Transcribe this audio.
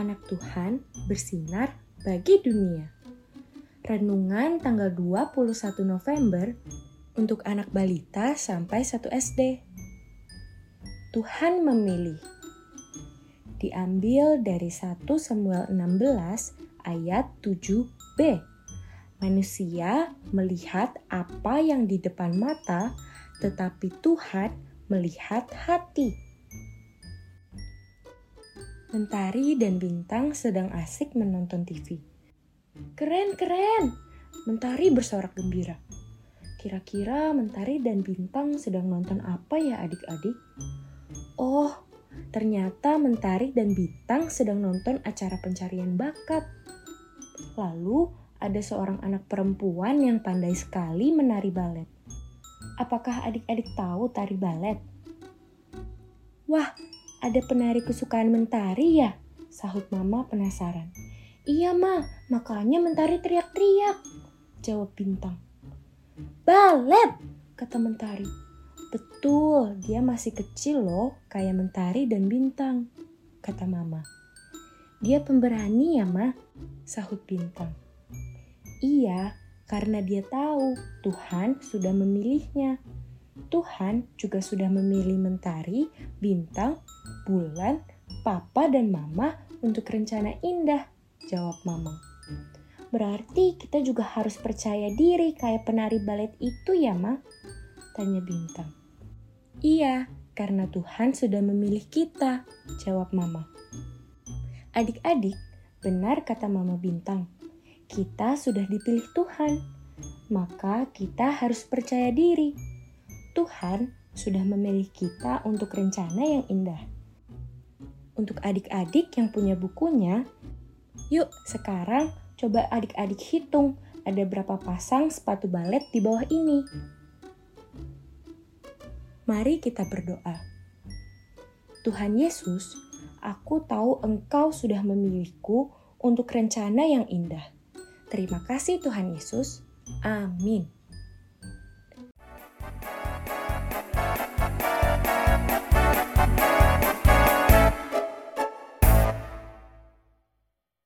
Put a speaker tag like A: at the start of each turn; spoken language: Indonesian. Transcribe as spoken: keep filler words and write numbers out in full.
A: anak Tuhan bersinar bagi dunia. Renungan tanggal dua puluh satu November untuk anak balita sampai satu S D. Tuhan memilih. Diambil dari satu Samuel enam belas ayat tujuh b. Manusia melihat apa yang di depan mata, tetapi Tuhan melihat hati. Mentari dan Bintang sedang asik menonton T V. Keren, keren! Mentari bersorak gembira. Kira-kira Mentari dan Bintang sedang nonton apa ya adik-adik? Oh, ternyata Mentari dan Bintang sedang nonton acara pencarian bakat. Lalu ada seorang anak perempuan yang pandai sekali menari balet. Apakah adik-adik tahu tari balet? Wah, ada penari kesukaan Mentari ya? Sahut Mama penasaran. Iya Ma, makanya Mentari teriak-teriak, jawab Bintang. Balet, kata Mentari. Betul, dia masih kecil loh, kayak Mentari dan Bintang, kata Mama. Dia pemberani ya Ma, sahut Bintang. Iya, karena dia tahu Tuhan sudah memilihnya. Tuhan juga sudah memilih Mentari, Bintang, Bulan, Papa dan Mama untuk rencana indah, jawab Mama. Berarti kita juga harus percaya diri kayak penari balet itu ya, Ma? Tanya Bintang. Iya, karena Tuhan sudah memilih kita, jawab Mama. Adik-adik, benar kata Mama Bintang. Kita sudah dipilih Tuhan, maka kita harus percaya diri. Tuhan sudah memilih kita untuk rencana yang indah. Untuk adik-adik yang punya bukunya, yuk sekarang coba adik-adik hitung ada berapa pasang sepatu balet di bawah ini. Mari kita berdoa. Tuhan Yesus, aku tahu Engkau sudah memilihku untuk rencana yang indah. Terima kasih Tuhan Yesus. Amin.